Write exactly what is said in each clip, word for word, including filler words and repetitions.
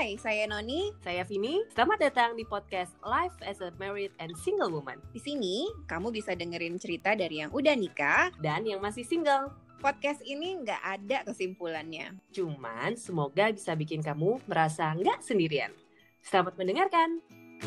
Hai, saya Noni. Saya Vini. Selamat datang di podcast Life as a Married and Single Woman. Di sini, kamu bisa dengerin cerita dari yang udah nikah dan yang masih single. Podcast ini nggak ada kesimpulannya. Cuman semoga bisa bikin kamu merasa nggak sendirian. Selamat mendengarkan.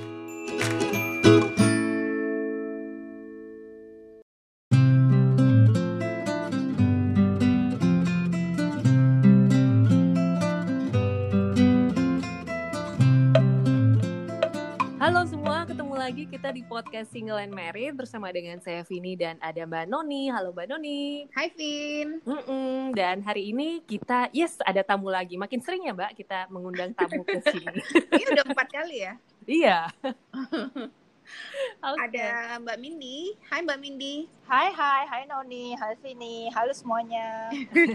Halo semua, ketemu lagi kita di podcast Single and Married bersama dengan saya Vini dan ada Mbak Noni. Halo Mbak Noni. Hai Vin. Mm-mm. Dan hari ini kita, yes ada tamu lagi. Makin sering ya Mbak kita mengundang tamu ke sini. Ini udah empat kali ya? Iya. Okay. Ada Mbak Mindy. Hai Mbak Mindy. Hai hai, hai Noni, hai Vini, halo semuanya.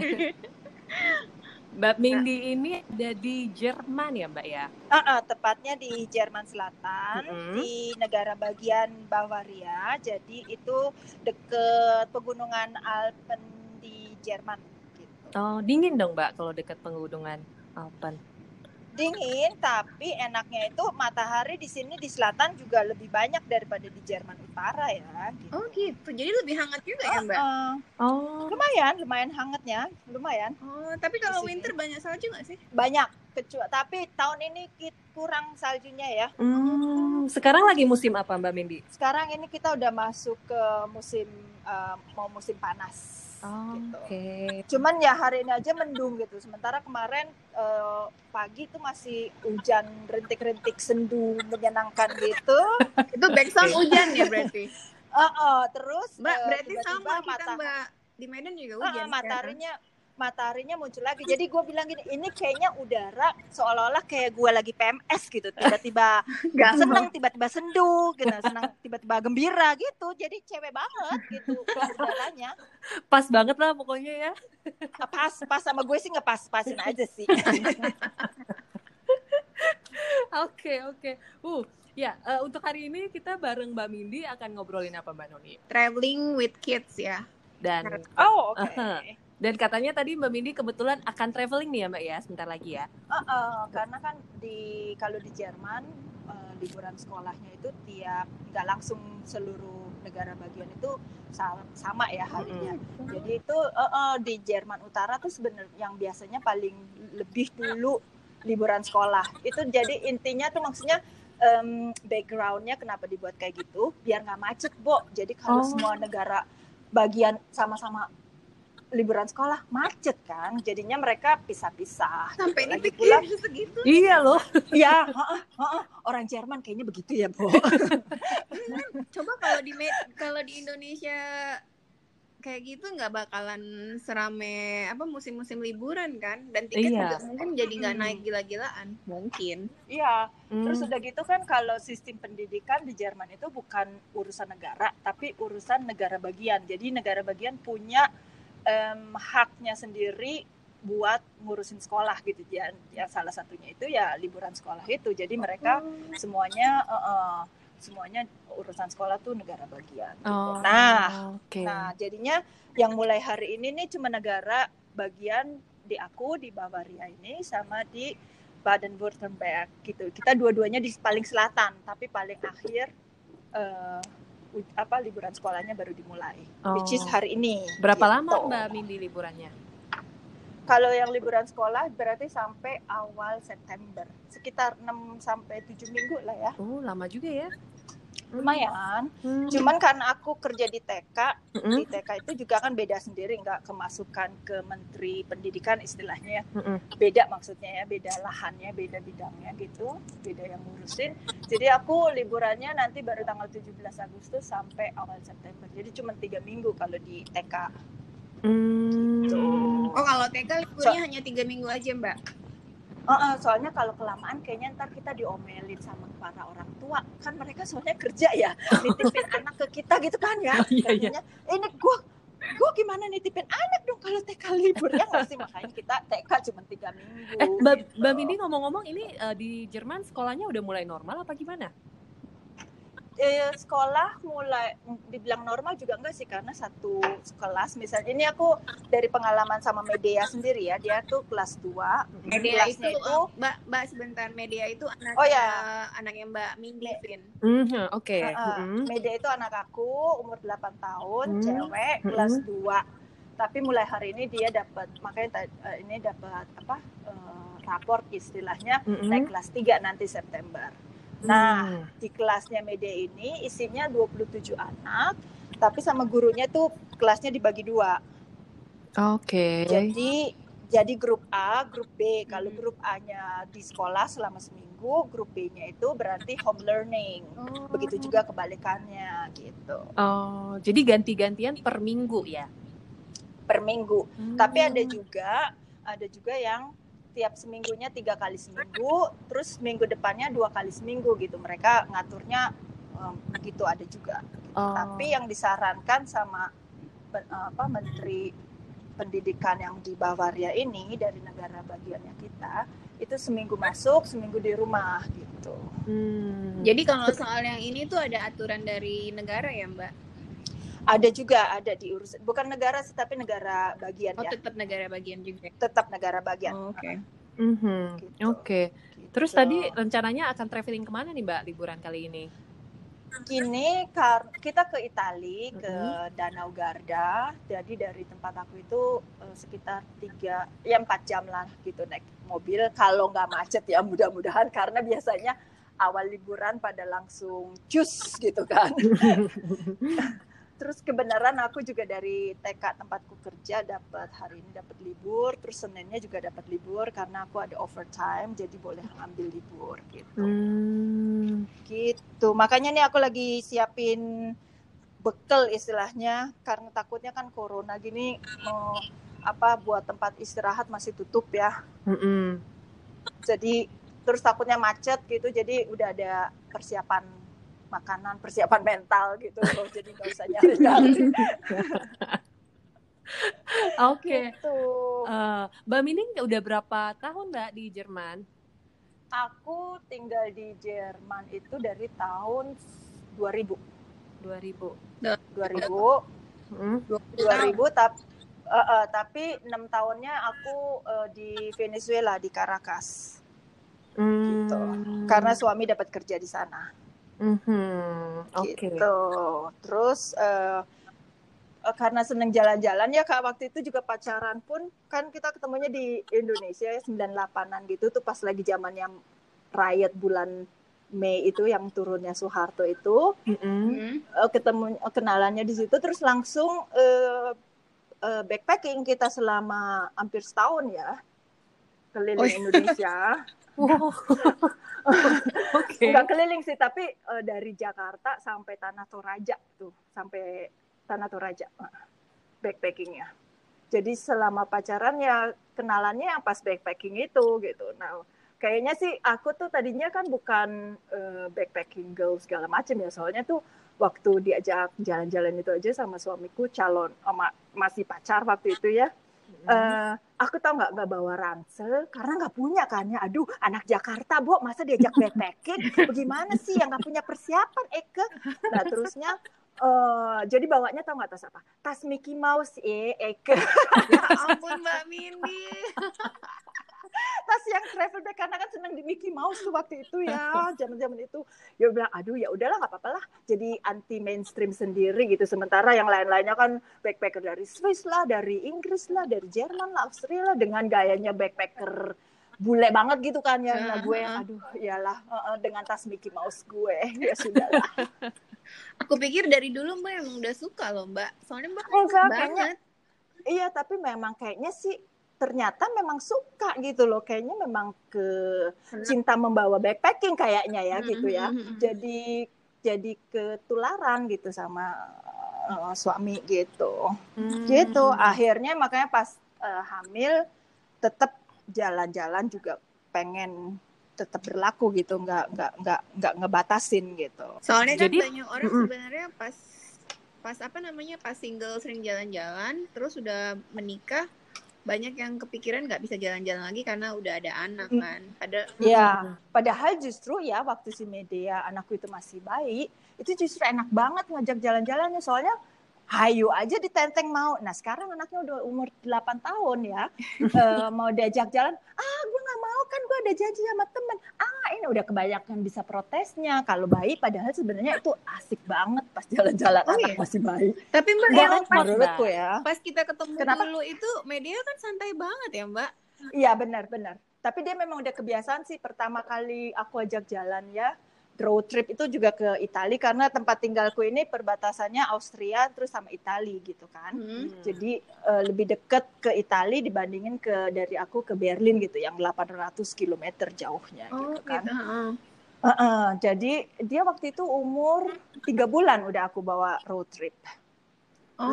Mbak Mindy ini ada di Jerman ya Mbak ya? Uh-uh, tepatnya di Jerman Selatan, mm-hmm. di negara bagian Bavaria. Jadi itu deket pegunungan Alpen di Jerman. Gitu. Oh dingin dong Mbak kalau dekat pegunungan Alpen? Dingin, tapi enaknya itu matahari di sini di selatan juga lebih banyak daripada di Jerman Utara ya. Gitu. Oh gitu, jadi lebih hangat juga uh-uh. ya Mbak? Oh. Lumayan, lumayan hangatnya, lumayan. Oh, tapi kalau winter banyak salju nggak sih? Banyak, kecuali tapi tahun ini kurang saljunya ya. Hmm, sekarang lagi musim apa Mbak Mindy? Sekarang ini kita udah masuk ke musim uh, mau musim panas. Oh, gitu. Oke. Okay. Cuman ya hari ini aja mendung gitu. Sementara kemarin uh, pagi tuh masih hujan rintik-rintik sendu menyenangkan gitu. Itu background hujan ya berarti. Uh, uh, terus Mbak uh, berarti tiba-tiba sama kita mata- Mbak di Medan juga hujan. Uh, uh, mataharinya mataharinya muncul lagi. Jadi gue bilang gini, ini kayaknya udara seolah-olah kayak gue lagi P M S gitu. Tiba-tiba senang, tiba-tiba sendu, gitu. Senang, tiba-tiba gembira gitu. Jadi cewek banget gitu udaranya. Pas banget lah pokoknya ya. Pas, pas sama gue sih ngepas-pasin aja sih. Oke, oke. Uh, ya uh, untuk hari ini kita bareng Mbak Mindy akan ngobrolin apa Mbak Noni? Traveling with kids ya. Dan oh oke. Okay. Uh-huh. Dan katanya tadi Mbak Mindy kebetulan akan traveling nih ya Mbak ya, sebentar lagi ya. Uh, uh, karena kan di kalau di Jerman uh, liburan sekolahnya itu tiap nggak langsung seluruh negara bagian itu sama, sama ya harinya. Mm-hmm. Jadi itu uh, uh, di Jerman Utara tuh sebenarnya yang biasanya paling lebih dulu liburan sekolah. Itu jadi intinya tuh maksudnya um, background-nya kenapa dibuat kayak gitu biar nggak macet, Bo. Jadi kalau oh. semua negara bagian sama-sama liburan sekolah macet kan, jadinya mereka pisah-pisah. Sampai gitu. Lagi pula segitu. Iya loh. Iya, uh-uh, uh-uh. Orang Jerman kayaknya begitu ya, Bo. Coba kalau di kalau di Indonesia kayak gitu nggak bakalan serame apa musim-musim liburan kan, dan tiket iya. juga mungkin jadi nggak hmm. naik gila-gilaan mungkin. Iya. Hmm. Terus udah gitu kan kalau sistem pendidikan di Jerman itu bukan urusan negara, tapi urusan negara bagian. Jadi negara bagian punya Um, haknya sendiri buat ngurusin sekolah gitu ya. Ya salah satunya itu ya liburan sekolah itu. Jadi mereka oh. semuanya uh, uh, semuanya urusan sekolah tuh negara bagian. Gitu. Oh, nah, okay. nah jadinya yang mulai hari ini nih cuma negara bagian di aku di Bavaria ini sama di Baden-Württemberg gitu. Kita dua-duanya di paling selatan, tapi paling akhir. Uh, apa liburan sekolahnya baru dimulai, oh. which is hari ini. Berapa gitu. Lama Mbak Mindy liburannya? Kalau yang liburan sekolah berarti sampai awal September, sekitar enam sampai tujuh minggu lah ya. Oh, lama juga ya. Lumayan. Hmm. Cuman karena aku kerja di T K, hmm. di T K itu juga kan beda sendiri, nggak kemasukan ke Menteri Pendidikan istilahnya. Hmm. Beda maksudnya ya, beda lahannya, beda bidangnya gitu, beda yang ngurusin. Jadi aku liburannya nanti baru tanggal tujuh belas Agustus sampai awal September. Jadi cuma tiga minggu kalau di T K. Hmm. Gitu. Oh kalau T K liburnya so, hanya tiga minggu aja Mbak? Uh, uh, soalnya kalau kelamaan kayaknya ntar kita diomelin sama para orang tua, kan mereka soalnya kerja ya, nitipin anak ke kita gitu kan ya. Oh, iya, iya. Ini gue gue gimana nitipin anak dong kalau T K libur ya nggak sih, makanya kita T K cuma tiga minggu. Eh Mbak gitu. Mbak Mindy ngomong-ngomong ini uh, di Jerman sekolahnya udah mulai normal apa gimana? eh, sekolah mulai dibilang normal juga enggak sih, karena satu kelas misalnya ini aku dari pengalaman sama Medea sendiri ya, dia tuh kelas dua. Media itu, kelasnya itu oh, Mbak, Mbak sebentar, Media itu anaknya Oh, ya. anaknya Mbak Mindy, Vin. Mhm, oke. uh, uh, Mhm. Medea itu anak aku umur delapan tahun, Hmm. cewek, Mhm. kelas dua. Tapi mulai hari ini dia dapat, makanya ta- uh, ini dapat apa uh, raport istilahnya Mhm. naik kelas tiga nanti September. Nah, Hmm. di kelasnya Medea ini isinya dua puluh tujuh anak, tapi sama gurunya tuh kelasnya dibagi dua. Oke. Jadi jadi grup A, grup B. Kalau Hmm. grup A-nya di sekolah selama seminggu, grup B-nya itu berarti home learning. Oh. Begitu juga kebalikannya gitu. Oh, jadi ganti-gantian per minggu ya? Per minggu. Hmm. Tapi ada juga ada juga yang tiap seminggunya tiga kali seminggu, terus minggu depannya dua kali seminggu gitu. Mereka ngaturnya um, begitu, ada juga. Gitu. Oh. Tapi yang disarankan sama pen- apa Menteri Pendidikan yang di Bavaria ini dari negara bagiannya kita, itu seminggu masuk, seminggu di rumah gitu. Hmm. Jadi kalau soal yang ini tuh ada aturan dari negara ya, Mbak? Ada juga, ada diurus, bukan negara sih, tapi negara bagian Oh, ya. tetap negara bagian juga. Tetap negara bagian. Oh, oke. Mhm. Gitu. Oke. Gitu. Terus tadi rencananya akan traveling kemana nih Mbak liburan kali ini? Gini, kar- kita ke Itali, ke Mhm. Danau Garda. Jadi dari tempat aku itu eh, sekitar tiga, ya empat jam lah gitu naik mobil. Kalau nggak macet ya mudah-mudahan, karena biasanya awal liburan pada langsung cus gitu kan. Terus kebenaran aku juga dari T K tempatku kerja dapat hari ini dapat libur, terus Seninnya juga dapat libur karena aku ada overtime, jadi boleh ambil libur gitu. Hmm. Gitu. Makanya nih aku lagi siapin bekal istilahnya, karena takutnya kan corona gini mau apa buat tempat istirahat masih tutup ya. Mhm. Jadi terus takutnya macet gitu, jadi udah ada persiapan makanan, persiapan mental gitu loh, jadi nggak usah nyari-nyari. Oke. Gitu. Eh, Mbak Mining udah berapa tahun Mbak di Jerman? Aku tinggal di Jerman itu dari tahun dua ribu. dua ribu. dua ribu. Hmm. dua ribu tapi uh, uh, tapi enam tahunnya aku uh, di Venezuela, di Caracas. Hmm. Gitu. Karena suami dapat kerja di sana. Mhm. Oke. Gitu. Terus uh, uh, karena seneng jalan-jalan ya Kak, waktu itu juga pacaran pun kan kita ketemunya di Indonesia ya, sembilan puluh delapanan gitu tuh, pas lagi zamannya riot bulan Mei itu yang turunnya Soeharto itu. Mhm. Hmm. uh, ketemu uh, kenalannya di situ, terus langsung uh, uh, backpacking kita selama hampir setahun ya, keliling Oh. Indonesia. Wow. Oke. Enggak keliling sih, tapi uh, dari Jakarta sampai Tanah Toraja tuh, sampai Tanah Toraja backpackingnya. Jadi selama pacaran ya kenalannya yang pas backpacking itu gitu. Nah, kayaknya sih aku tuh tadinya kan bukan uh, backpacking girl segala macam ya, soalnya tuh waktu diajak jalan-jalan itu aja sama suamiku, calon oh, ma- masih pacar waktu itu ya. Uh, aku tau nggak nggak bawa ransel karena nggak punya kan ya. Aduh, anak Jakarta Bo, masa diajak backpacking? Bagaimana sih yang nggak punya persiapan Eke? Nah terusnya uh, jadi bawanya tau nggak tas apa? Tas Mickey Mouse eh Eke. Ya ampun Mbak Mindy. Tas yang travel bag, karena kan seneng di Mickey Mouse tuh waktu itu ya, zaman-zaman itu. Ya bilang, aduh ya udahlah nggak apa-apa lah, jadi anti mainstream sendiri gitu. Sementara yang lain-lainnya kan backpacker dari Swiss lah, dari Inggris lah, dari Jerman lah, Austria lah, dengan gayanya backpacker bule banget gitu kan ya. Nah gue, aduh iyalah uh, uh, dengan tas Mickey Mouse gue, ya sudahlah. Aku pikir dari dulu Mbak emang udah suka loh Mbak, soalnya Mbak Enggak, banget. kayaknya, iya tapi memang kayaknya sih ternyata memang suka gitu loh, kayaknya memang ke cinta membawa backpacking kayaknya ya gitu ya. Jadi jadi ketularan gitu sama uh, suami gitu. Hmm. Gitu. Akhirnya makanya pas uh, hamil tetap jalan-jalan juga pengen tetap berlaku gitu, nggak nggak nggak nggak ngebatasin gitu. Soalnya kan Jadi, banyak orang mm-mm. sebenarnya pas pas apa namanya pas single sering jalan-jalan, terus udah menikah banyak yang kepikiran nggak bisa jalan-jalan lagi karena udah ada anak Mm. kan. Ada Ya, padahal justru ya waktu si Medea anakku itu masih bayi, itu justru enak banget ngajak jalan-jalannya. Soalnya hayu aja ditenteng mau. Nah sekarang anaknya udah umur delapan tahun ya, uh, mau diajak jalan, ah gue nggak mau kan gue ada janji sama temen. Ah ini udah kebanyakan bisa protesnya. Kalau bayi padahal sebenarnya itu asik banget pas jalan-jalan Oh, anak iya? masih bayi. Tapi Mbak Enggak, emang pas, menurutku ya. pas kita ketemu Kenapa? dulu itu Medea kan santai banget ya Mbak. Iya benar-benar. Tapi dia memang udah kebiasaan sih pertama kali aku ajak jalan ya. Road trip itu juga ke Italia karena tempat tinggalku ini perbatasannya Austria terus sama Italia gitu kan. Hmm. Jadi uh, lebih dekat ke Italia dibandingin ke dari aku ke Berlin gitu yang delapan ratus kilometer jauhnya Oh gitu kan. gitu. Uh-uh. Uh-uh. Jadi dia waktu itu umur tiga bulan udah aku bawa road trip. Oh.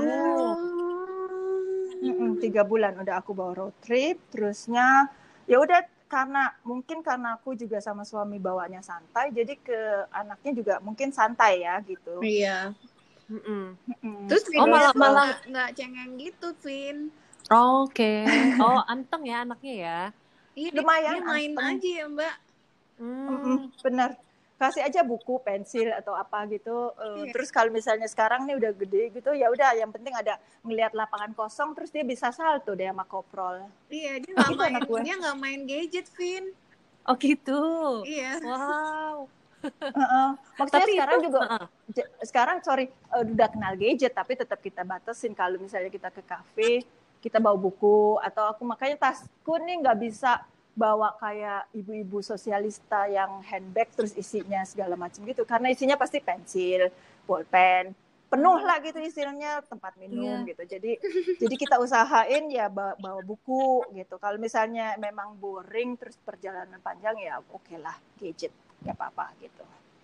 Mm-mm, tiga bulan udah aku bawa road trip, terusnya ya udah karena mungkin karena aku juga sama suami bawanya santai, jadi ke anaknya juga mungkin santai ya gitu. Iya. Mm-mm. Mm-mm. Terus Oh, malah- Medea malah- nggak nggak cengeng gitu, Vin. Oke. Oh, anteng ya anaknya ya. Iya, dia- Lumayan dia main anteng. aja ya Mbak. Hmm. Mm-mm, bener. Kasih aja buku, pensil atau apa gitu. Uh, Iya. Terus kalau misalnya sekarang nih udah gede gitu, ya udah yang penting ada ngelihat lapangan kosong, terus dia bisa salto deh sama koprol. Iya, dia nggak Gitu main, anak gue. dia nggak main gadget, Vin. Oh gitu. Iya. Wow. Uh-uh. Maksudnya Tapi sekarang itu, juga uh-uh. j- sekarang sorry uh, udah kenal gadget tapi tetap kita batasin kalau misalnya kita ke kafe kita bawa buku atau aku makanya tasku nih nggak bisa bawa kayak ibu-ibu sosialista yang handbag terus isinya segala macam gitu karena isinya pasti pensil, pulpen, penuh lah gitu isinya tempat minum Iya. gitu. Jadi jadi kita usahain ya bawa, bawa buku gitu. Kalau misalnya memang boring terus perjalanan panjang ya oke lah gadget nggak apa-apa gitu.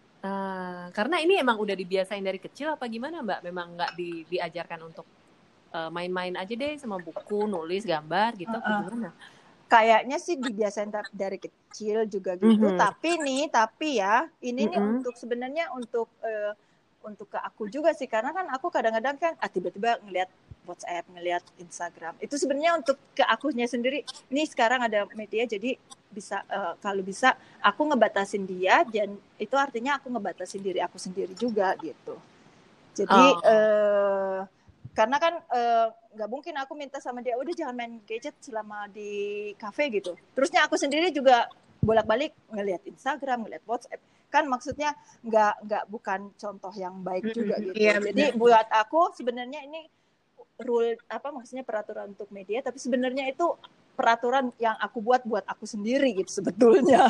Ah, karena ini emang udah dibiasain dari kecil apa gimana Mbak? Memang nggak di, diajarkan untuk uh, main-main aja deh sama buku, nulis, gambar gitu apa Uh-uh. gimana? Kayaknya sih dibiasain ta- dari kecil juga gitu. Mhm. Tapi nih, tapi ya ini nih Mhm. untuk sebenarnya untuk eh, untuk ke aku juga sih karena kan aku kadang-kadang kan ah, tiba-tiba ngelihat WhatsApp, ngelihat Instagram. Itu sebenarnya untuk ke akunya sendiri. Ini sekarang ada media jadi bisa eh, kalau bisa aku ngebatasin dia dan itu artinya aku ngebatasin diri aku sendiri juga gitu. Jadi Oh. eh, karena kan eh, nggak mungkin aku minta sama dia udah jangan main gadget selama di kafe gitu. Terusnya aku sendiri juga bolak-balik ngelihat Instagram, ngelihat WhatsApp. Kan maksudnya nggak nggak bukan contoh yang baik juga Mm-mm. gitu. Iya, Jadi benar. buat aku sebenarnya ini rule apa maksudnya peraturan untuk media, tapi sebenarnya itu peraturan yang aku buat buat aku sendiri gitu sebetulnya.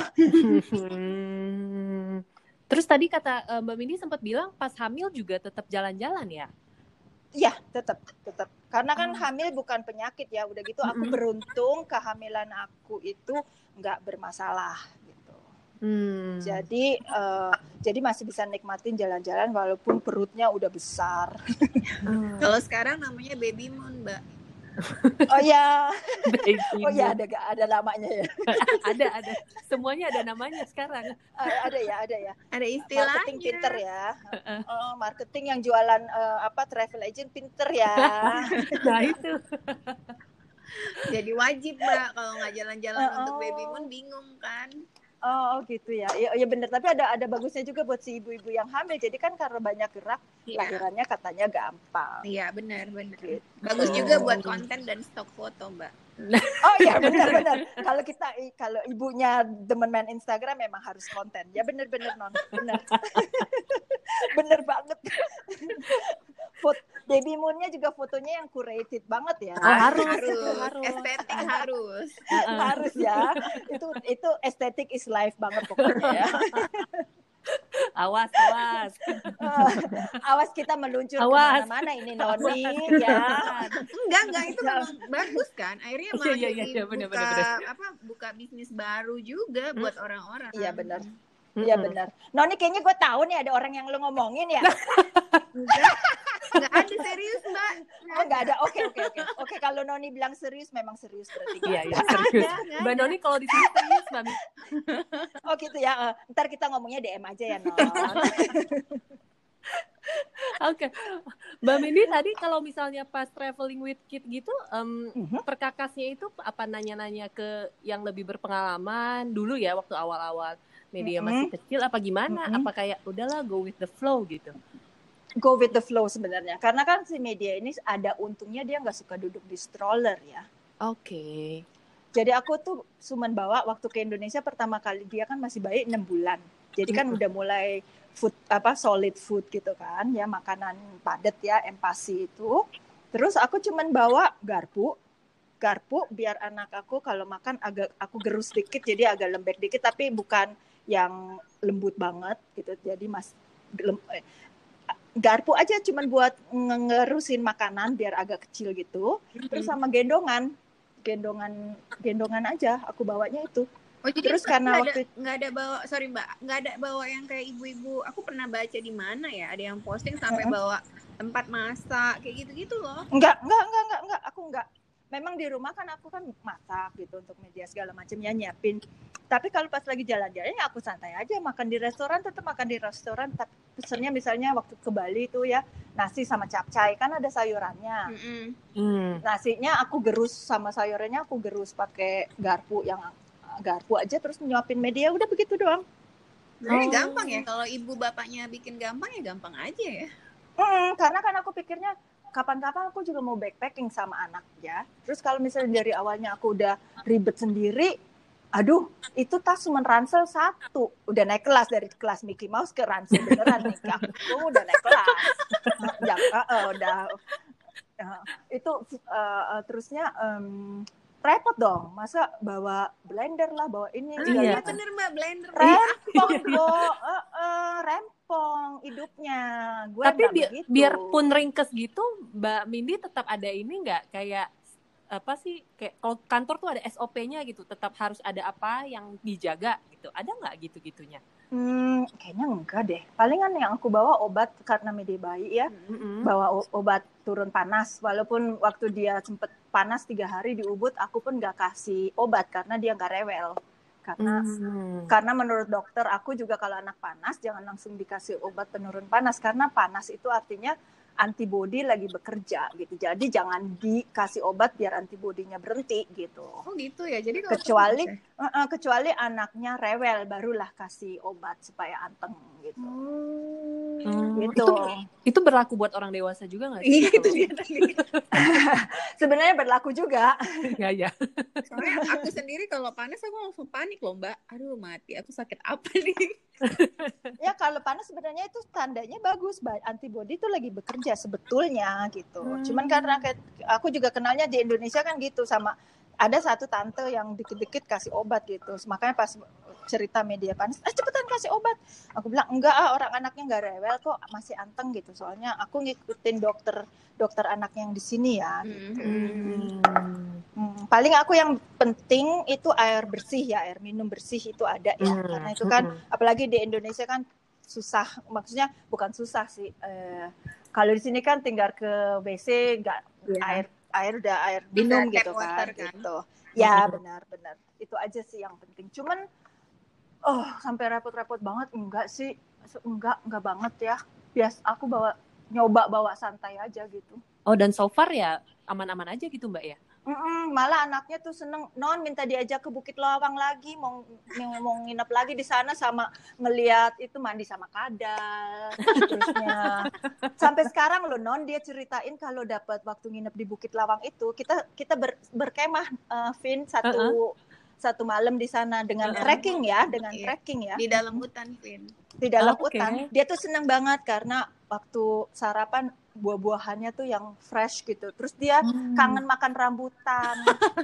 Hmm. Terus tadi kata uh, Mbak Mini sempat bilang pas hamil juga tetap jalan-jalan ya? Iya, tetap tetap. Karena kan Oh. hamil bukan penyakit ya. Udah gitu aku Mm-mm. beruntung kehamilan aku itu nggak bermasalah gitu. Hmm. Jadi eh, jadi masih bisa nikmatin jalan-jalan walaupun perutnya udah besar. Ah. Kalau sekarang namanya baby moon, Mbak. Oh ya, Baby oh ya moon. ada ada namanya ya. ada ada semuanya ada namanya sekarang. Eh, Ada ya, ada ya. Ada istilahnya. Marketing pinter ya. Oh, marketing yang jualan eh, apa travel agent pinter ya. Nah itu. Jadi wajib, Mbak. Kalau nggak jalan-jalan Oh. untuk baby moon bingung kan? Oh gitu ya. Ya, ya benar. Tapi ada ada bagusnya juga buat si ibu-ibu yang hamil. Jadi kan karena banyak gerak, Iya. lahirannya katanya gampang. Iya, benar, benar. Gitu. Bagus juga buat konten dan stok foto, Mbak. Oh iya benar-benar. Kalau kita kalau ibunya demen main Instagram memang harus konten. Ya benar-benar non. Benar. Benar banget. Foto baby moonnya juga fotonya yang curated banget ya. Oh, harus, harus, itu harus. estetik harus. Harus ya. Itu itu estetik is life banget pokoknya ya. Awas, awas. Uh, awas kita meluncur Awas. kemana-mana ini Noni ya. Enggak, enggak itu memang bagus kan. Akhirnya malah Iya, iya, jadi iya, benar, buka benar, benar. apa buka bisnis baru juga buat orang-orang. Iya benar. Iya benar. Noni kayaknya gue tahu nih ada orang yang lu ngomongin ya. Enggak, enggak ada serius, Mbak. Oh nggak ada. Oke oke oke. Oke kalau Noni bilang serius memang serius berarti. Iya, iya, Nggak serius. ada, nggak Mbak ada. Noni kalau di sini serius, Mbak. Oh gitu ya. Uh, ntar kita ngomongnya D M aja ya Non. Oke, Mbak Mindy tadi kalau misalnya pas traveling with kid gitu, um, Mhm. perkakasnya itu apa nanya-nanya ke yang lebih berpengalaman dulu ya waktu awal-awal media Mhm. masih kecil apa gimana? Mhm. Apa kayak udahlah go with the flow gitu? Go with the flow sebenarnya, karena kan si media ini ada untungnya dia nggak suka duduk di stroller ya. Oke. Jadi aku tuh cuman bawa waktu ke Indonesia pertama kali, dia kan masih bayi enam bulan. Jadi kan Mm-mm. udah mulai food apa solid food gitu kan, ya makanan padat ya, empasi itu. Terus aku cuman bawa garpu, garpu biar anak aku kalau makan agak aku gerus dikit, jadi agak lembek dikit, tapi bukan yang lembut banget gitu. Jadi mas lem- eh, garpu aja cuman buat nge- ngerusin makanan biar agak kecil gitu. Terus sama gendongan, gendongan, gendongan aja aku bawanya itu. Oh jadi Terus karena nggak ada waktu nggak ada bawa sorry mbak nggak ada bawa yang kayak ibu-ibu. Aku pernah baca di mana ya ada yang posting sampai Uh-uh. bawa tempat masak kayak gitu-gitu loh. enggak, enggak, enggak, enggak, enggak, aku enggak. Memang di rumah kan aku kan masak gitu untuk media segala macam ya nyiapin. Tapi kalau pas lagi jalan-jalan ya aku santai aja makan di restoran, tetap makan di restoran. Tapi pesennya misalnya waktu ke Bali itu ya nasi sama capcay kan ada sayurannya. Mm-mm. Hmm. Nasinya aku gerus sama sayurannya aku gerus pakai garpu yang garpu aja terus nyuapin media udah begitu doang. Sebenarnya Oh. gampang ya kalau ibu bapaknya bikin gampang ya gampang aja ya. Hmm, karena kan aku pikirnya kapan-kapan aku juga mau backpacking sama anak ya. Terus kalau misalnya dari awalnya aku udah ribet sendiri, aduh itu tas cuma ransel satu, udah naik kelas dari kelas Mickey Mouse ke ransel beneran nih, aku udah naik kelas, ya, uh, uh, udah uh, itu uh, uh, terusnya um, repot dong, masa bawa blender lah, bawa ini Ah, segala Iya. iya macam. bener mbak blender. Rempong bro, uh, uh, rempong hidupnya. Gue Tapi nggak bi- begitu. biarpun ringkes gitu, Mbak Mindy tetap ada ini nggak kayak apa sih kayak kalau kantor tuh ada S O P-nya gitu, tetap harus ada apa yang dijaga gitu. Ada nggak gitu-gitunya? Hmm, kayaknya enggak deh. Palingan yang aku bawa obat karena media bayi ya. Mm-mm. Bawa o- obat turun panas. Walaupun waktu dia sempet panas tiga hari di Ubud, aku pun nggak kasih obat karena dia nggak rewel. Karena Hmm. karena menurut dokter aku juga kalau anak panas jangan langsung dikasih obat penurun panas karena panas itu artinya antibodi lagi bekerja gitu. Jadi jangan dikasih obat biar antibodinya berhenti gitu. Oh gitu ya. Jadi kalau Kecuali panas ya? uh, uh, kecuali anaknya rewel barulah kasih obat supaya anteng gitu. Oh. Hmm, Gitu. itu itu berlaku buat orang dewasa juga nggak sih? Iya itu Kalau- dia tadi. Sebenarnya berlaku juga. Ya ya. Soalnya aku sendiri kalau panas aku langsung panik loh mbak. Aduh mati, aku sakit apa nih? Ya kalau panas sebenarnya itu tandanya bagus, antibodi itu lagi bekerja sebetulnya gitu. Hmm. Cuman karena kayak- aku juga kenalnya di Indonesia kan gitu sama ada satu tante yang dikit-dikit kasih obat gitu. Makanya pas cerita media panas, ah cepetan kasih obat. Aku bilang enggak ah, orang anaknya nggak rewel kok, masih anteng gitu. Soalnya aku ngikutin dokter dokter anak yang di sini ya. Gitu. Hmm. Hmm, paling aku yang penting itu air bersih ya, air minum bersih itu ada ya. Hmm. Karena itu kan Hmm. apalagi di Indonesia kan susah, maksudnya bukan susah sih. Eh, kalau di sini kan tinggal ke W C nggak Iya. air air udah air Bisa minum tap gitu water, kan, kan? gitu. Ya Hmm. benar-benar itu aja sih yang penting. Cuman oh sampai repot-repot banget enggak sih, enggak enggak banget ya. Bias aku bawa nyoba bawa santai aja gitu. Oh dan so far ya aman-aman aja gitu Mbak ya? Mm-mm, malah anaknya tuh seneng, non minta diajak ke Bukit Lawang lagi, mau mau nginep lagi di sana sama ngelihat itu mandi sama kadal, terusnya sampai sekarang loh non dia ceritain kalau dapat waktu nginep di Bukit Lawang itu kita kita ber, berkemah uh, Vin satu uh-uh. satu malam di sana dengan uh-uh. trekking ya, dengan iya. trekking ya di dalam hutan Vin. Di dalam oh, hutan, okay. Dia tuh seneng banget karena waktu sarapan buah-buahannya tuh yang fresh gitu. Terus dia hmm. kangen makan rambutan.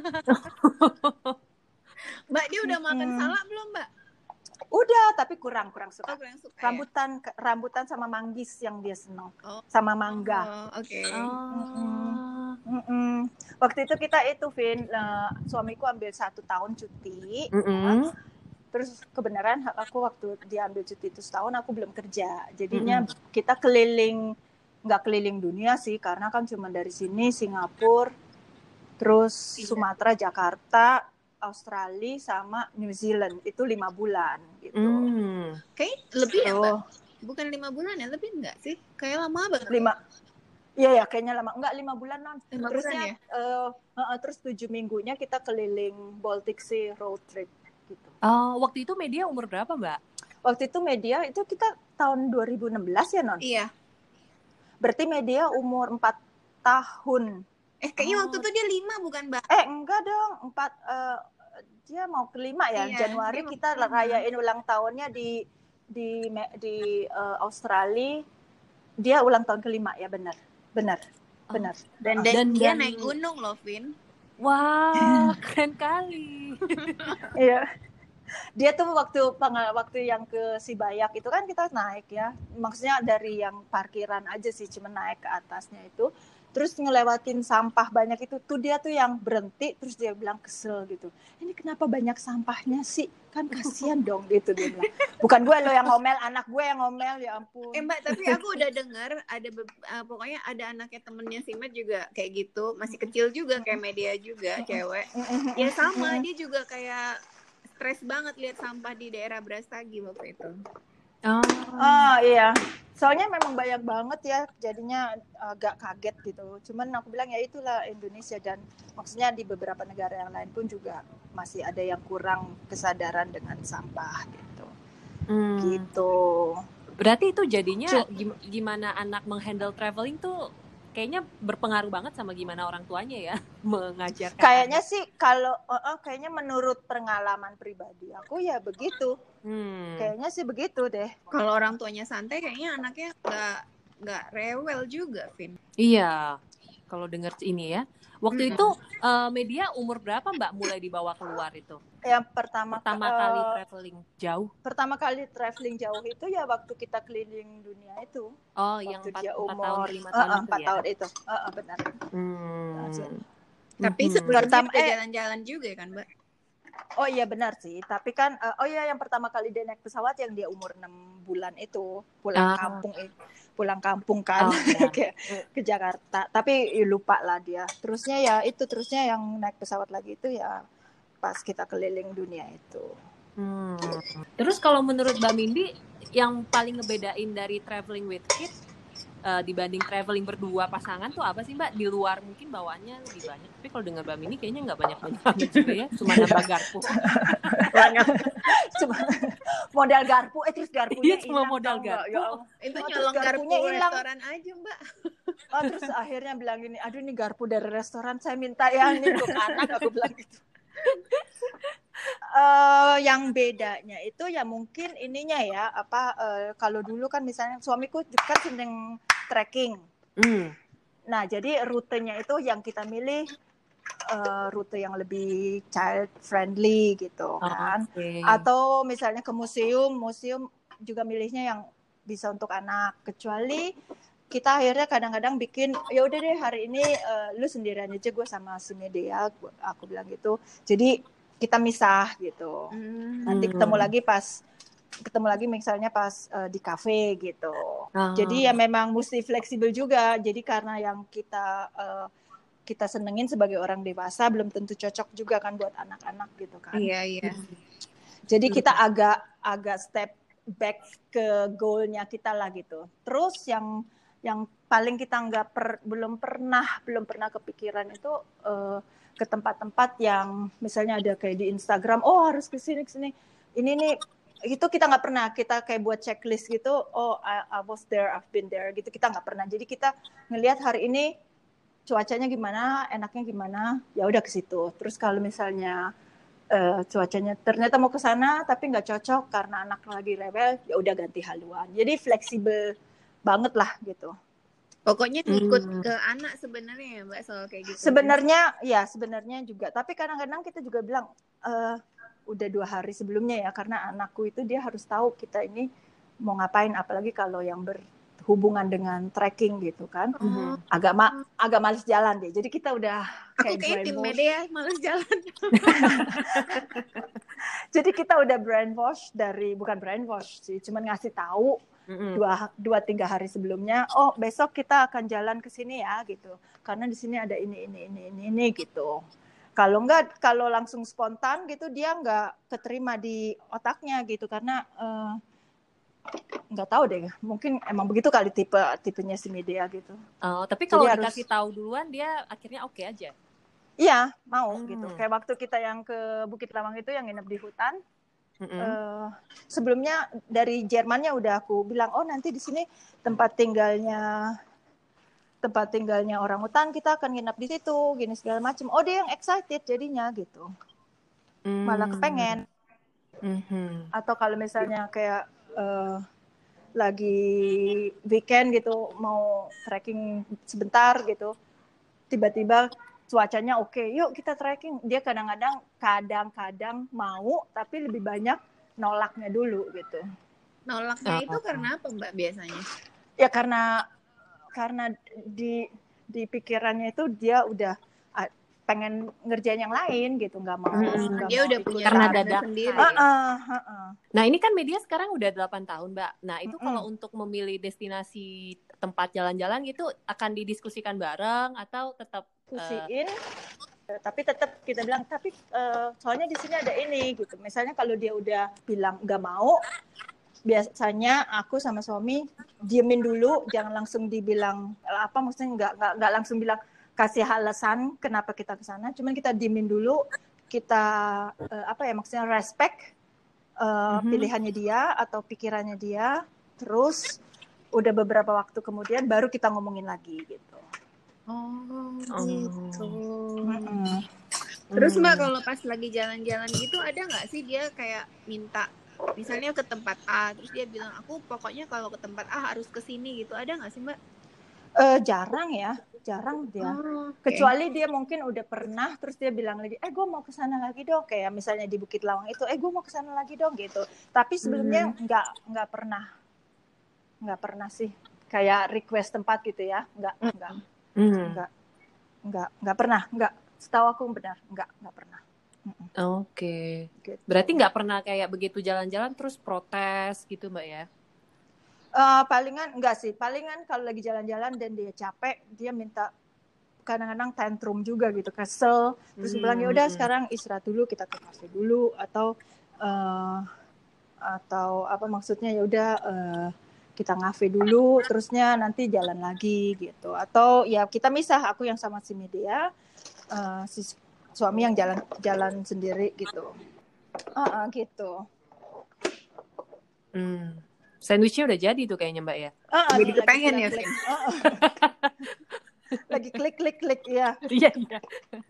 Mbak, dia udah hmm. makan salak belum, Mbak? Udah, tapi kurang kurang suka. Oh, kurang suka rambutan ya? rambutan sama manggis yang dia seneng. Oh. Sama mangga. Oh, oke. Okay. Oh. Mm-mm. Waktu itu kita itu, Vin, uh, suamiku ambil satu tahun cuti. Ya. Terus kebenaran aku waktu diambil cuti itu setahun aku belum kerja. Jadinya mm-hmm. kita keliling, nggak keliling dunia sih, karena kan cuma dari sini Singapura, terus iya. Sumatera, Jakarta, Australia, sama New Zealand. Itu lima bulan gitu. Mm. Kayak lebih ya, Mbak? bukan lima bulan ya, lebih enggak sih? Kayak lama banget. lima Iya ya, kayaknya lama. Enggak, lima bulan non. Lima Terusnya, bulan ya? eh, eh, terus tujuh minggunya kita keliling Baltic Sea road trip gitu. Oh, waktu itu media umur berapa, Mbak? Waktu itu media itu kita tahun dua ribu enam belas ya non. Iya. Berarti media umur empat tahun. Eh kayaknya Oh. waktu itu dia lima bukan Mbak? Eh enggak dong, empat. eh, dia mau kelima ya. Iya, Januari dia mau kita kelima. rayain ulang tahunnya di di me- di eh, Australia. Dia ulang tahun kelima ya, benar, benar, Oh. benar. Dan, Oh. dan, Dan- dia dan- naik gunung loh, Vin. Wah, keren kali. Iya. Dia tuh waktu peng- waktu yang ke Sibayak itu kan kita naik ya. Maksudnya dari yang parkiran aja sih, cuma naik ke atasnya itu. Terus ngelewatin sampah banyak itu. Tuh dia tuh yang berhenti, terus dia bilang kesel gitu. Ini kenapa banyak sampahnya sih? Kan kasihan dong gitu dia bilang. Bukan gue lo yang ngomel, anak gue yang ngomel, ya ampun. Eh Mbak, tapi aku udah dengar ada be- uh, pokoknya ada anaknya temennya si Matt juga kayak gitu, masih kecil juga kayak media juga, cewek. Ya sama, dia juga kayak stres banget lihat sampah di daerah Brastagi waktu itu. Oh. Oh iya, soalnya memang banyak banget ya, jadinya agak kaget gitu. Cuman aku bilang ya itulah Indonesia, dan maksudnya di beberapa negara yang lain pun juga masih ada yang kurang kesadaran dengan sampah gitu. Hmm. Gitu. Berarti itu jadinya Cu- gim- gimana anak menghandle traveling tuh kayaknya berpengaruh banget sama gimana orang tuanya ya mengajarkan. Kayaknya sih kalau uh, uh, kayaknya menurut pengalaman pribadi aku ya begitu. Hmm. Kayaknya sih begitu deh. Kalau orang tuanya santai kayaknya anaknya nggak nggak rewel juga, Vin. Iya. Kalau dengar ini ya. Waktu Mm-mm. itu eh, media umur berapa Mbak mulai dibawa keluar itu? Yang pertama Pertama uh, kali traveling jauh. pertama kali traveling jauh itu ya waktu kita keliling dunia itu. Oh, Waktu yang empat, dia empat umur tahun, lima uh, tahun uh, itu empat ya. tahun itu. Uh, uh, benar. Hmm. Tapi Mhm. sebelumnya Pertama- udah eh. jalan-jalan juga kan, Mbak? Oh iya benar sih, tapi kan uh, oh iya yang pertama kali dia naik pesawat yang dia umur enam bulan itu, pulang Ah. kampung eh, pulang kampung kan Oh, iya. ke, ke Jakarta. Tapi ya, lupa lah dia. Terusnya ya itu terusnya yang naik pesawat lagi itu ya pas kita keliling dunia itu. Hmm. Terus kalau menurut Mbak Mindy, yang paling ngebedain dari traveling with kids uh, dibanding traveling berdua pasangan tuh apa sih Mbak? Di luar mungkin bawaannya lebih banyak. Tapi kalau dengar Mbak Mindy kayaknya nggak banyak-banyak banget juga ya. Cuma nambah garpu. Cuma modal garpu, eh terus garpunya Iya, cuma hilang, modal tau nggak? garpu. Ya Allah. Itu Oh, terus nyolong garpu garpunya hilang. restoran aja, Mbak. Oh, terus akhirnya bilang gini, aduh ini garpu dari restoran, saya minta ya ini untuk anak, aku bilang gitu. Uh, yang bedanya itu ya mungkin ininya ya apa uh, kalau dulu kan misalnya suamiku kan sering trekking. Hmm. Nah jadi rutenya itu yang kita milih uh, rute yang lebih child friendly gitu kan. Okay. Atau misalnya ke museum, museum juga milihnya yang bisa untuk anak. Kecuali kita akhirnya kadang-kadang bikin ya udah deh hari ini uh, lu sendirian aja, gue sama si Medea, aku bilang gitu. Jadi kita misah gitu. Hmm. Nanti ketemu lagi pas ketemu lagi misalnya pas uh, di kafe gitu. Ah. Jadi ya memang mesti fleksibel juga. Jadi karena yang kita uh, kita senengin sebagai orang dewasa belum tentu cocok juga kan buat anak-anak gitu kan. Iya, iya. Jadi kita agak agak step back ke goalnya kita lah gitu. Terus yang yang paling kita nggak per, belum pernah belum pernah kepikiran itu uh, ke tempat-tempat yang misalnya ada kayak di Instagram, oh harus ke sini ke sini. Ini nih itu kita nggak pernah, kita kayak buat checklist gitu, oh I, I was there, I've been there gitu, kita nggak pernah. Jadi kita ngelihat hari ini cuacanya gimana, enaknya gimana, ya udah ke situ. Terus kalau misalnya uh, cuacanya ternyata mau ke sana tapi nggak cocok karena anak lagi rewel, ya udah ganti haluan. Jadi fleksibel banget lah gitu. Pokoknya ngikut Hmm. ke anak sebenarnya ya, Mbak, soal kayak gitu. Sebenarnya ya sebenarnya juga, tapi kadang-kadang kita juga bilang uh, udah dua hari sebelumnya ya, karena anakku itu dia harus tahu kita ini mau ngapain, apalagi kalau yang berhubungan dengan trekking gitu kan. Mhm. Agak ma- agak males jalan deh. Jadi kita udah Aku kayak kayak tim brainwash. media males jalan. Jadi kita udah brainwash dari, bukan brainwash sih, cuman ngasih tahu Mhm. dua dua tiga hari sebelumnya, oh besok kita akan jalan ke sini ya gitu, karena di sini ada ini ini ini ini ini gitu. Kalau enggak, kalau langsung spontan gitu dia enggak keterima di otaknya gitu, karena uh, nggak tahu deh, mungkin emang begitu kali tipe tipenya si Medea gitu. Oh, tapi kalau Jadi dikasih harus- tahu duluan dia akhirnya oke aja. Iya, mau Hmm. gitu. Kayak waktu kita yang ke Bukit Lawang itu yang nginep di hutan. Mm-mm. eh, sebelumnya dari Jermannya udah aku bilang, oh nanti di sini tempat tinggalnya tempat tinggalnya orang hutan, kita akan nginep di situ, gini segala macam. Oh dia yang excited jadinya gitu, malah kepengen. Mhm. Atau kalau misalnya kayak eh, lagi weekend gitu, mau trekking sebentar gitu, tiba-tiba cuacanya oke, yuk kita trekking. Dia kadang-kadang kadang-kadang mau, tapi lebih banyak nolaknya dulu gitu. Nolaknya Oh. itu karena apa Mbak biasanya? Ya karena karena di di pikirannya itu dia udah ah, pengen ngerjain yang lain gitu, nggak mau. Mm-mm. nggak Dia mau udah ikutan. punya Karena rencana dadakan. sendiri. Ah, ah, ah, ah. Nah, ini kan Media sekarang udah delapan tahun, Mbak. Nah, itu Mm-mm. kalau untuk memilih destinasi tempat jalan-jalan gitu akan didiskusikan bareng atau tetap uh, Kusiin, eh, tapi tetap kita bilang, tapi eh, soalnya di sini ada ini gitu. Misalnya kalau dia udah bilang nggak mau, biasanya aku sama suami diemin dulu, jangan langsung dibilang apa, maksudnya nggak nggak nggak langsung bilang kasih alasan kenapa kita ke sana, cuman kita diemin dulu, kita eh, apa ya maksudnya respect uh, Mhm. pilihannya dia atau pikirannya dia, terus udah beberapa waktu kemudian baru kita ngomongin lagi gitu. Oh, Oh. gitu. Mm-mm. Terus Mbak Hmm. kalau pas lagi jalan-jalan gitu ada nggak sih dia kayak minta misalnya ke tempat A, terus dia bilang aku pokoknya kalau ke tempat A harus ke sini gitu, ada nggak sih Mbak? Eh, jarang ya, jarang dia. Oh, oke. Kecuali dia mungkin udah pernah, terus dia bilang lagi, eh gue mau ke sana lagi dong, kayak misalnya di Bukit Lawang itu, eh gue mau ke sana lagi dong gitu. Tapi sebelumnya nggak nggak pernah, nggak pernah sih, kayak request tempat gitu ya, nggak nggak Hmm. nggak nggak nggak pernah, nggak. Setahu aku benar, nggak nggak pernah. Mm-mm. Oke. Gitu. Berarti nggak pernah kayak begitu jalan-jalan terus protes gitu, Mbak ya? Eh, palingan enggak sih, palingan kalau lagi jalan-jalan dan dia capek, dia minta kadang-kadang tantrum juga gitu, kesel, terus Hmm. bilang ya udah sekarang istirahat dulu, kita ke kafe dulu, atau uh, atau apa maksudnya ya udah uh, kita ngafe dulu, terusnya nanti jalan lagi gitu, atau ya kita misah, aku yang sama si Media, uh, si suami yang jalan jalan sendiri gitu, uh, uh, gitu. Hmm. Sandwichnya udah jadi tuh kayaknya Mbak ya? Uh, uh, Jadi nih, lagi kepengen ya, klik-klik. Vin? Uh, uh. Lagi klik-klik-klik ya. Iya, iya.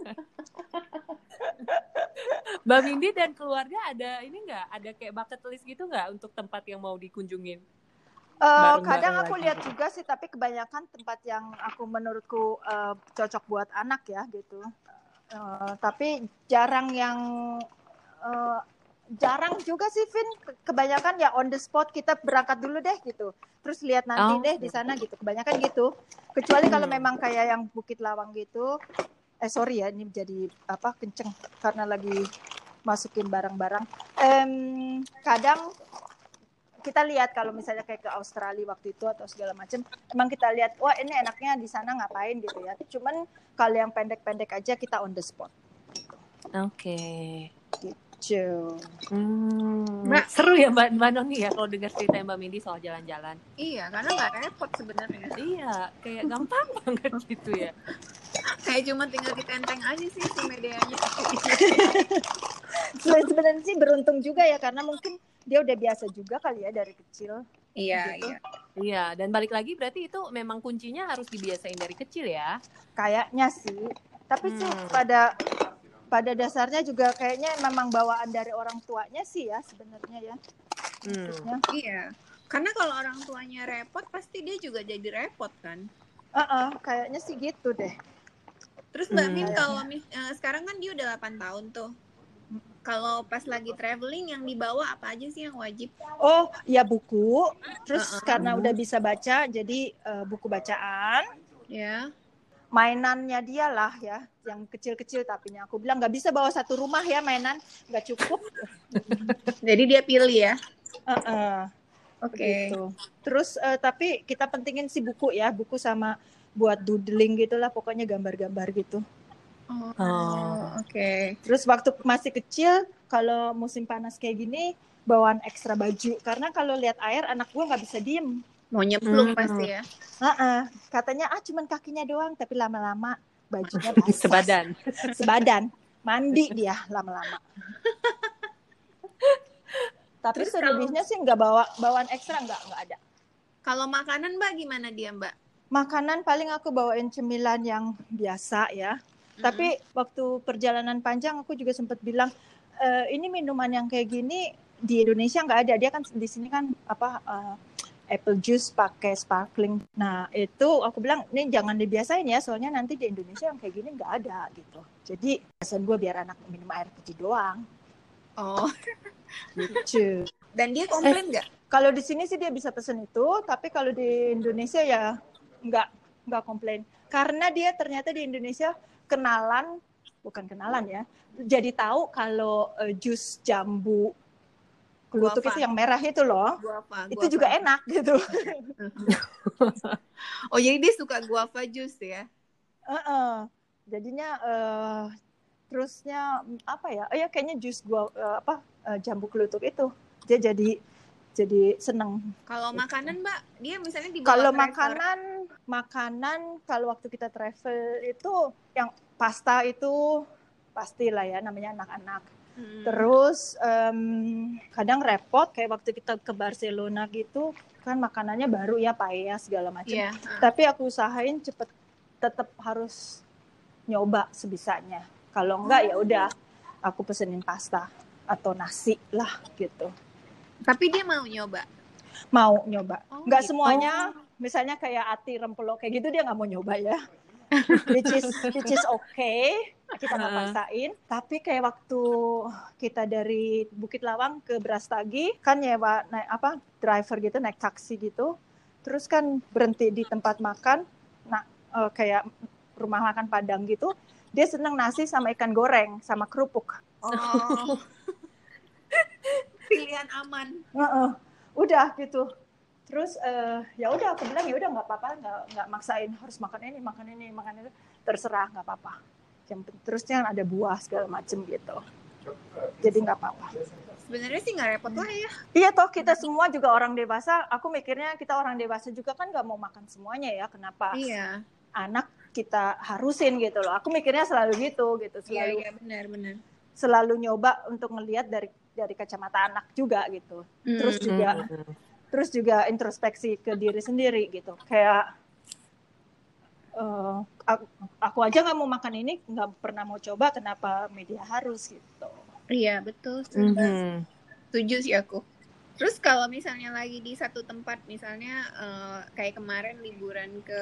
Mbak Mindy dan keluarga ada ini nggak? Ada kayak bucket list gitu nggak untuk tempat yang mau dikunjungin? Uh, Bareng-bareng kadang aku lagi. lihat juga sih, tapi kebanyakan tempat yang aku menurutku uh, cocok buat anak ya gitu. Uh, tapi jarang yang uh, jarang juga sih, Vin. Kebanyakan ya on the spot, kita berangkat dulu deh gitu. Terus lihat nanti Oh, deh okay. di sana gitu. Kebanyakan gitu. Kecuali Hmm. kalau memang kayak yang Bukit Lawang gitu. Eh sorry ya, ini jadi apa kenceng karena lagi masukin barang-barang. Um, kadang kita lihat kalau misalnya kayak ke Australia waktu itu atau segala macam, emang kita lihat wah ini enaknya di sana ngapain gitu ya. Cuman kalau yang pendek-pendek aja kita on the spot. Oke. Okay. Gitu. Hmm. Mbak. Seru ya Mbak, Mbak Noni ya kalau dengar cerita Mbak Mindy soal jalan-jalan. Iya, karena nggak repot sebenarnya. Iya, kayak gampang banget gitu ya. Kayak cuma tinggal ditenteng aja sih si medianya. Sebenarnya sih beruntung juga ya, karena mungkin dia udah biasa juga kali ya dari kecil. Iya, gitu. iya. Iya, dan balik lagi berarti itu memang kuncinya harus dibiasain dari kecil ya. Kayaknya sih. Tapi Hmm. sih pada pada dasarnya juga kayaknya memang bawaan dari orang tuanya sih ya sebenarnya ya. Hmm. Iya. Karena kalau orang tuanya repot pasti dia juga jadi repot kan. Uh-uh, kayaknya sih gitu deh. Terus Mbak Hmm. Min kalau uh, sekarang kan dia udah delapan tahun tuh. Kalau pas lagi traveling yang dibawa apa aja sih yang wajib? Oh, ya buku. Terus Uh-uh. karena udah bisa baca, jadi uh, buku bacaan. Ya. Mainannya dia lah ya, yang kecil-kecil tapinya. Aku bilang nggak bisa bawa satu rumah ya mainan, nggak cukup. Jadi dia pilih ya. Uh-uh, Oke. Okay. Gitu. Terus uh, tapi kita pentingin sih buku ya, buku sama buat doodling gitulah, pokoknya gambar-gambar gitu. Oh, Oh. oke. Okay. Terus waktu masih kecil, kalau musim panas kayak gini, bawaan ekstra baju. Karena kalau lihat air, anak gue nggak bisa diem. Mau nyemplung Hmm. pasti ya. Uh-uh. Katanya, ah cuman kakinya doang. Tapi lama-lama bajunya basah. Sebadan. Sebadan. Mandi dia lama-lama. Tapi Terus selebihnya sih nggak bawa bawaan ekstra, nggak nggak ada. Kalau makanan Mbak gimana dia Mbak? Makanan paling aku bawain cemilan yang biasa ya. Mm-hmm. Tapi waktu perjalanan panjang aku juga sempat bilang, e, ini minuman yang kayak gini di Indonesia nggak ada. Dia kan di sini kan apa uh, apple juice pakai sparkling. Nah itu aku bilang ini jangan dibiasain ya, soalnya nanti di Indonesia yang kayak gini nggak ada gitu. Jadi pesan gue biar anak minum air putih doang. Oh. Lucu. Dan dia komplain nggak? Eh, kalau di sini sih dia bisa pesen itu, tapi kalau di Indonesia ya nggak nggak komplain. Karena dia ternyata di Indonesia kenalan, bukan kenalan ya, jadi tahu kalau uh, jus jambu kelutuk itu yang merah itu loh, guava, itu guava. Juga enak gitu. Oh jadi dia suka guava jus ya? Uh-uh. Jadinya uh, terusnya apa ya? Oh ya kayaknya jus gua uh, apa uh, jambu kelutuk itu dia jadi jadi seneng. Kalau gitu. Makanan Mbak, dia misalnya dibawa Kalau travel. makanan makanan kalau waktu kita travel itu yang pasta itu pastilah ya namanya anak-anak. Hmm. Terus um, kadang repot kayak waktu kita ke Barcelona gitu kan makanannya baru ya paella segala macam. Yeah. Uh. Tapi aku usahain cepet tetap harus nyoba sebisanya. Kalau enggak ya udah aku pesenin pasta atau nasi lah gitu. Tapi dia mau nyoba? Mau nyoba. Oh, enggak gitu. Semuanya, oh. Misalnya kayak ati rempelok kayak gitu dia nggak mau nyoba ya. which is which is okay, kita nggak paksain. Tapi kayak waktu kita dari Bukit Lawang ke Brastagi kan nyewa naik apa driver gitu naik taksi gitu. Terus kan berhenti di tempat makan, nah uh, kayak rumah makan Padang gitu. Dia seneng nasi sama ikan goreng sama kerupuk. Oh. Pilihan aman. Uh-uh. Udah gitu. Terus uh, ya udah aku bilang ya udah nggak apa-apa, nggak nggak maksain harus makan ini makan ini makan itu, terserah nggak apa-apa. Yang terusnya ada buah segala macem gitu. Jadi nggak apa-apa. Sebenarnya sih nggak repot lah ya. Iya toh kita semua juga orang dewasa. Aku mikirnya kita orang dewasa juga kan nggak mau makan semuanya ya. Kenapa? Iya. Anak kita harusin gitu loh. Aku mikirnya selalu gitu gitu. Selalu. Iya iya benar-benar. Selalu nyoba untuk ngelihat dari dari kacamata anak juga gitu. Hmm. Terus juga. Hmm. Terus juga introspeksi ke diri sendiri gitu. Kayak uh, aku, aku aja nggak mau makan ini, nggak pernah mau coba, kenapa media harus gitu. Iya betul. Mm-hmm. Setuju sih aku. Terus kalau misalnya lagi di satu tempat, misalnya uh, kayak kemarin liburan ke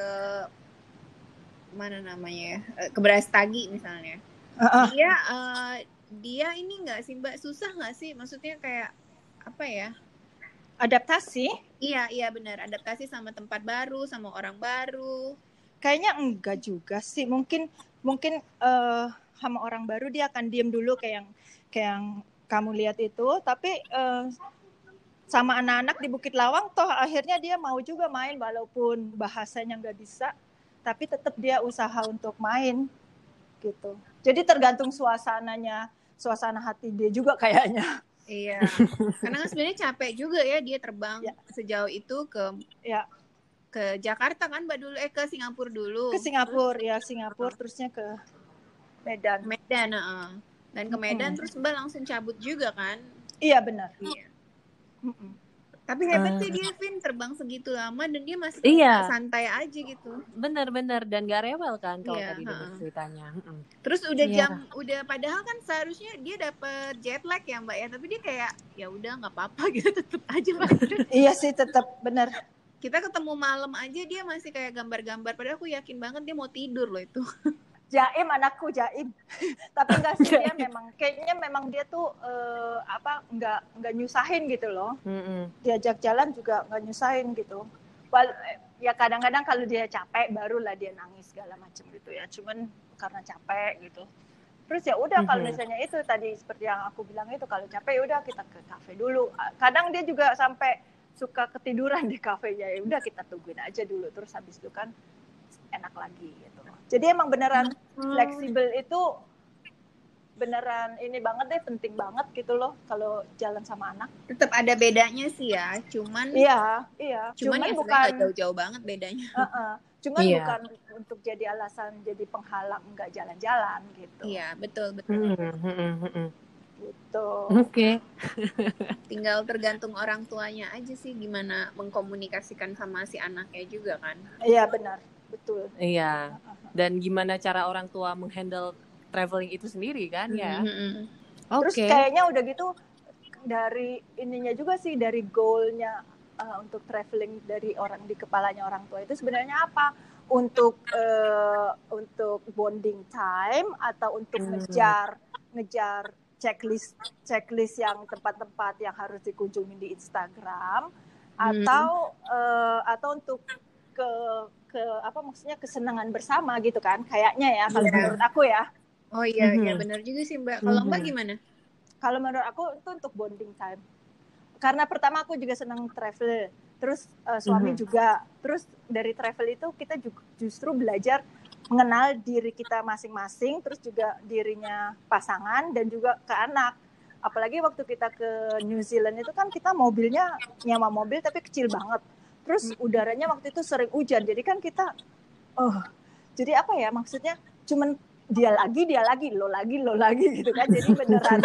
mana namanya ya, ke Brastagi misalnya. Uh-uh. Dia uh, dia ini nggak sih Mbak, susah nggak sih? Maksudnya kayak apa ya? Adaptasi? Iya, iya benar. Adaptasi sama tempat baru, sama orang baru. Kayaknya enggak juga sih. Mungkin mungkin uh, sama orang baru dia akan diem dulu kayak yang kayak yang kamu lihat itu. Tapi uh, sama anak-anak di Bukit Lawang, toh akhirnya dia mau juga main walaupun bahasanya nggak bisa. Tapi tetap dia usaha untuk main gitu. Jadi tergantung suasananya, suasana hati dia juga kayaknya. Iya, karena kan sebenarnya capek juga ya dia terbang ya. Sejauh itu ke ya ke Jakarta kan Mbak dulu eh ke Singapura dulu. Ke Singapura ya Singapura uh-huh. Terusnya ke Medan. Medan, uh. Dan ke Medan uh-huh. Terus Mbak langsung cabut juga kan? Iya benar. Iya. Uh-uh. Tapi hebat uh. sih dia Vin terbang segitu lama dan dia masih iya. santai aja gitu. Bener-bener dan gak rewel kan kalau iya, tadi dengar ceritanya. Uh-uh. Terus udah yeah. jam udah padahal kan seharusnya dia dapet jet lag ya Mbak ya, tapi dia kayak ya udah nggak apa-apa gitu tetep aja Mbak. Iya sih tetap bener. Kita ketemu malam aja dia masih kayak gambar-gambar, padahal aku yakin banget dia mau tidur loh itu. Jaim anakku Jaim. Tapi enggak sih dia memang kayaknya memang dia tuh uh, apa enggak enggak nyusahin gitu loh. Mm-hmm. Diajak jalan juga enggak nyusahin gitu. Wal ya kadang-kadang kalau dia capek barulah dia nangis segala macam gitu ya. Cuman karena capek gitu. Terus ya udah mm-hmm. kalau misalnya itu tadi seperti yang aku bilang itu kalau capek ya udah kita ke kafe dulu. Kadang dia juga sampai suka ketiduran di kafenya. Ya udah kita tungguin aja dulu terus habis itu kan enak lagi gitu. Jadi emang beneran Hmm. fleksibel itu beneran ini banget deh, penting banget gitu loh kalau jalan sama anak. Tetap ada bedanya sih ya, cuman Iya, iya. cuman, Cuman ya sebenarnya bukan nggak jauh-jauh banget bedanya. uh-uh. Cuman Iya. bukan untuk jadi alasan jadi penghalang nggak jalan-jalan gitu. Iya, betul betul. Hmm, hmm, hmm, hmm. Gitu. Oke. Tinggal tergantung orang tuanya aja sih gimana mengkomunikasikan sama si anaknya juga kan. Iya benar, betul. Iya. Dan gimana cara orang tua menghandle traveling itu sendiri kan ya. Mm-hmm. Oke. Terus kayaknya udah gitu dari ininya juga sih, dari goalnya uh, untuk traveling dari orang di kepalanya orang tua itu sebenarnya apa? Untuk uh, untuk bonding time atau untuk Hmm. ngejar ngejar checklist checklist yang tempat-tempat yang harus dikunjungi di Instagram, atau uh, atau untuk ke ke apa maksudnya kesenangan bersama gitu kan, kayaknya ya kalau Iya. menurut aku ya. Oh iya, Mhm. iya benar juga sih Mbak. Kalau Mbak Mhm. gimana? Kalau menurut aku itu untuk bonding time. Karena pertama aku juga senang travel, terus uh, suami Mhm. juga. Terus dari travel itu kita juga justru belajar mengenal diri kita masing-masing, terus juga dirinya pasangan dan juga ke anak. Apalagi waktu kita ke New Zealand itu kan kita mobilnya nyewa mobil tapi kecil banget. Terus udaranya waktu itu sering hujan, jadi kan kita, oh, jadi apa ya maksudnya? Cuman dia lagi, dia lagi, lo lagi, lo lagi gitu kan. Jadi beneran,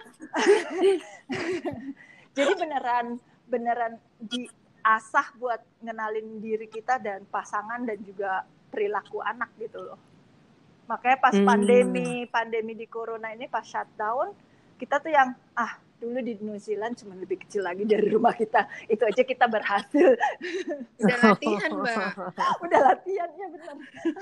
jadi beneran, beneran diasah buat ngenalin diri kita dan pasangan dan juga perilaku anak gitu loh. Makanya pas Hmm. pandemi, pandemi di corona ini pas shutdown, kita tuh yang ah dulu di New Zealand cuma lebih kecil lagi dari rumah kita, itu aja kita berhasil. Udah latihan Mbak. Udah latihannya benar.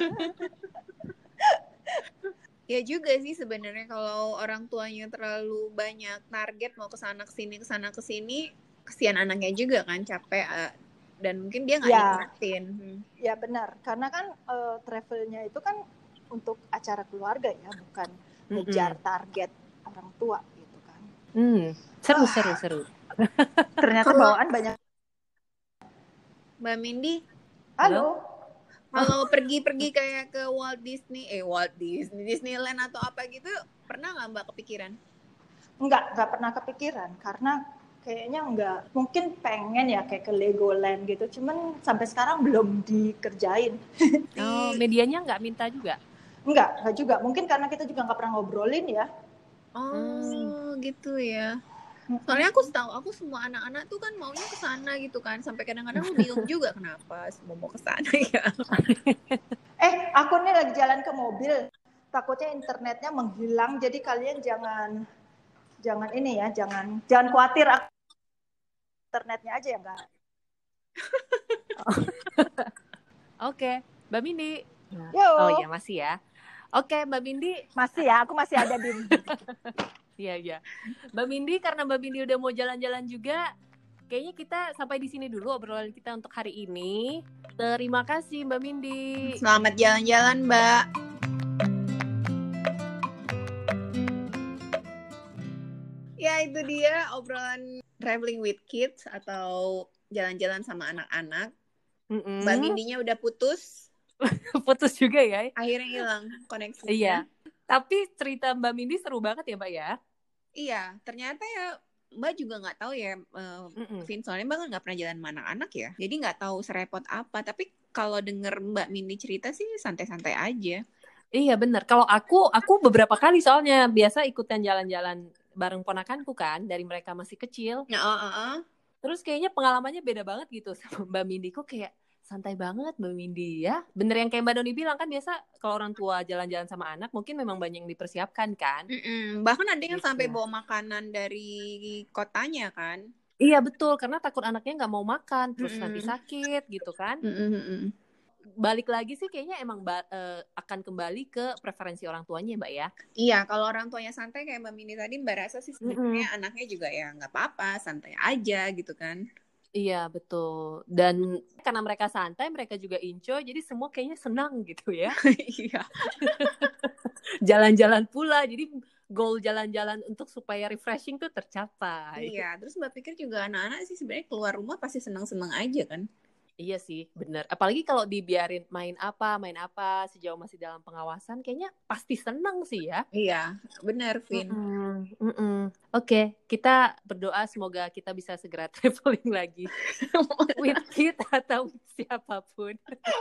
Ya juga sih sebenarnya kalau orang tuanya terlalu banyak target mau kesana kesini kesana kesini, kesian anaknya juga kan, capek uh, dan mungkin dia nggak Ya. nikmatin. Hmm. Ya benar, karena kan uh, travelnya itu kan untuk acara keluarga ya, bukan ngejar target orang tua gitu kan. Hmm. Seru, seru, seru. Ternyata Kalau- bawaan banyak. Mbak Mindy, Halo. kalau pergi-pergi kayak ke Walt Disney, eh Walt Disney, Disneyland atau apa gitu, pernah nggak Mbak kepikiran? Enggak, enggak pernah kepikiran karena kayaknya enggak, mungkin pengen ya kayak ke Legoland gitu, cuman sampai sekarang belum dikerjain. Oh, medianya nggak minta juga? Enggak, enggak juga. Mungkin karena kita juga nggak pernah ngobrolin ya. Oh, Hmm. gitu ya. Soalnya aku tahu, aku semua anak-anak tuh kan maunya ke sana gitu kan. Sampai kadang-kadang aku bingung juga kenapa semua mau ke sana ya. Eh, aku nih lagi jalan ke mobil. Takutnya internetnya menghilang, jadi kalian jangan jangan ini ya, jangan jangan khawatir, aku internetnya aja ya enggak. Oke, Mbak Mindy. Yo. Oh iya, masih ya. Oke, Mbak Mindy. Masih ya, aku masih ada di. Iya, iya. Mbak Mindy, karena Mbak Mindy udah mau jalan-jalan juga, kayaknya kita sampai di sini dulu obrolan kita untuk hari ini. Terima kasih Mbak Mindy. Selamat jalan-jalan, Mbak. Ya, itu dia obrolan traveling with kids atau jalan-jalan sama anak-anak. Mm-mm. Mbak Mindy-nya udah putus. Putus juga ya. Akhirnya hilang koneksinya. Iya. Tapi cerita Mbak Mindy seru banget ya, Mbak ya? Iya, ternyata ya Mbak juga nggak tahu ya, uh, Vin, soalnya Mbak kan nggak pernah jalan sama anak-anak ya. Jadi nggak tahu serepot apa. Tapi kalau denger Mbak Mindy cerita sih santai-santai aja. Iya benar. Kalau aku, aku beberapa kali soalnya biasa ikutan jalan-jalan bareng ponakanku kan, dari mereka masih kecil. Nah, uh, uh, uh. Terus kayaknya pengalamannya beda banget gitu sama Mbak Mindy. Kok kayak santai banget Mbak Mindy ya. Bener yang kayak Mbak Doni bilang kan, biasa kalau orang tua jalan-jalan sama anak mungkin memang banyak yang dipersiapkan kan. Mm-mm. Bahkan ada yang gitu. sampai bawa makanan dari kotanya kan. Iya betul, karena takut anaknya nggak mau makan terus Mm-mm. nanti sakit gitu kan. Mm-mm. Balik lagi sih kayaknya emang ba- uh, akan kembali ke preferensi orang tuanya Mbak ya. Iya, kalau orang tuanya santai kayak Mbak Mindy tadi, Mbak rasa sih sebenarnya Mm-mm. anaknya juga ya nggak apa-apa, santai aja gitu kan. Iya betul, dan karena mereka santai, mereka juga enjoy, jadi semua kayaknya senang gitu ya. Iya. Jalan-jalan pula, jadi goal jalan-jalan untuk supaya refreshing tuh tercapai. Iya, terus Mbak pikir juga anak-anak sih sebenarnya keluar rumah pasti senang-senang aja kan. Iya sih, bener. Apalagi kalau dibiarin main apa, main apa, sejauh masih dalam pengawasan, kayaknya pasti senang sih ya. Iya, bener, Vin. Mm-mm, mm-mm. Oke, kita berdoa semoga kita bisa segera traveling lagi with kid atau with siapapun.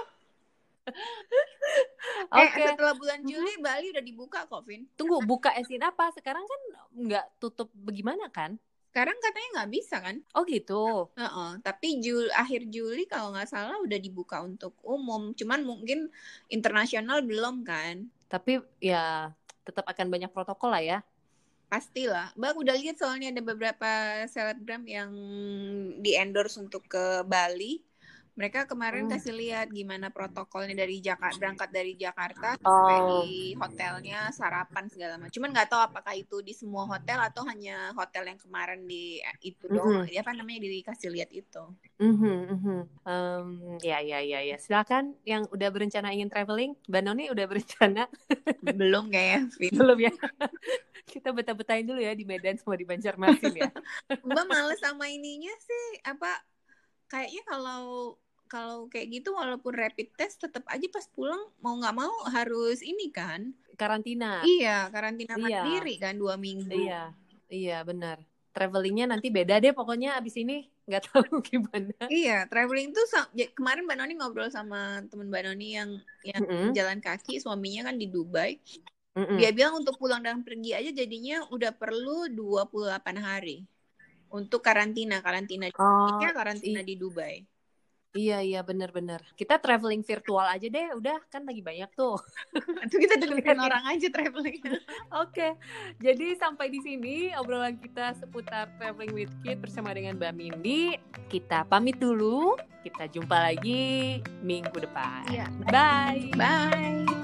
Eh, Oke, setelah bulan Juli Bali udah dibuka kok, Vin. tunggu, buka esin apa? Sekarang kan nggak tutup bagaimana kan? Sekarang katanya nggak bisa kan? Oh gitu. Heeh, tapi Jul akhir Juli kalau nggak salah udah dibuka untuk umum. Cuman mungkin internasional belum kan? Tapi ya tetap akan banyak protokol lah ya. Pastilah. Bang udah lihat soalnya ada beberapa selebgram yang di-endorse untuk ke Bali. Mereka kemarin Hmm. kasih lihat gimana protokolnya dari Jakarta, berangkat dari Jakarta Oh. sampai di hotelnya, sarapan segala macam. Cuman nggak tahu apakah itu di semua hotel atau hanya hotel yang kemarin di itu doang. Mhm. Ya apa namanya dikasih lihat itu. Mhm, mhm. Um, ya, ya, ya, ya. Silakan yang udah berencana ingin traveling. Mbak Noni udah berencana? Belum kayaknya, Vin. Belum ya? Kita betah-betahin dulu ya di Medan sama di Banjarmasin ya. Mbak males sama ininya sih, apa kayaknya kalau kalau kayak gitu walaupun rapid test tetap aja pas pulang mau nggak mau harus ini kan? Karantina. Iya, karantina Iya. mandiri kan dua minggu. Iya, iya benar. Travelingnya nanti beda deh pokoknya abis ini. Nggak tahu gimana. Iya, traveling tuh sa- ya, kemarin Mbak Noni ngobrol sama temen Mbak Noni yang yang Mm-mm. jalan kaki, suaminya kan di Dubai. Mm-mm. Dia bilang untuk pulang dan pergi aja jadinya udah perlu dua puluh delapan hari untuk karantina, karantina Oh, Iya, karantina i- di Dubai. iya, iya benar-benar. Kita traveling virtual aja deh, udah kan lagi banyak tuh. Itu kita dengerin orang aja traveling. Oke, jadi sampai di sini obrolan kita seputar Traveling with Kid bersama dengan Mbak Mindy. Kita pamit dulu, kita jumpa lagi minggu depan. Iya. Bye. Bye.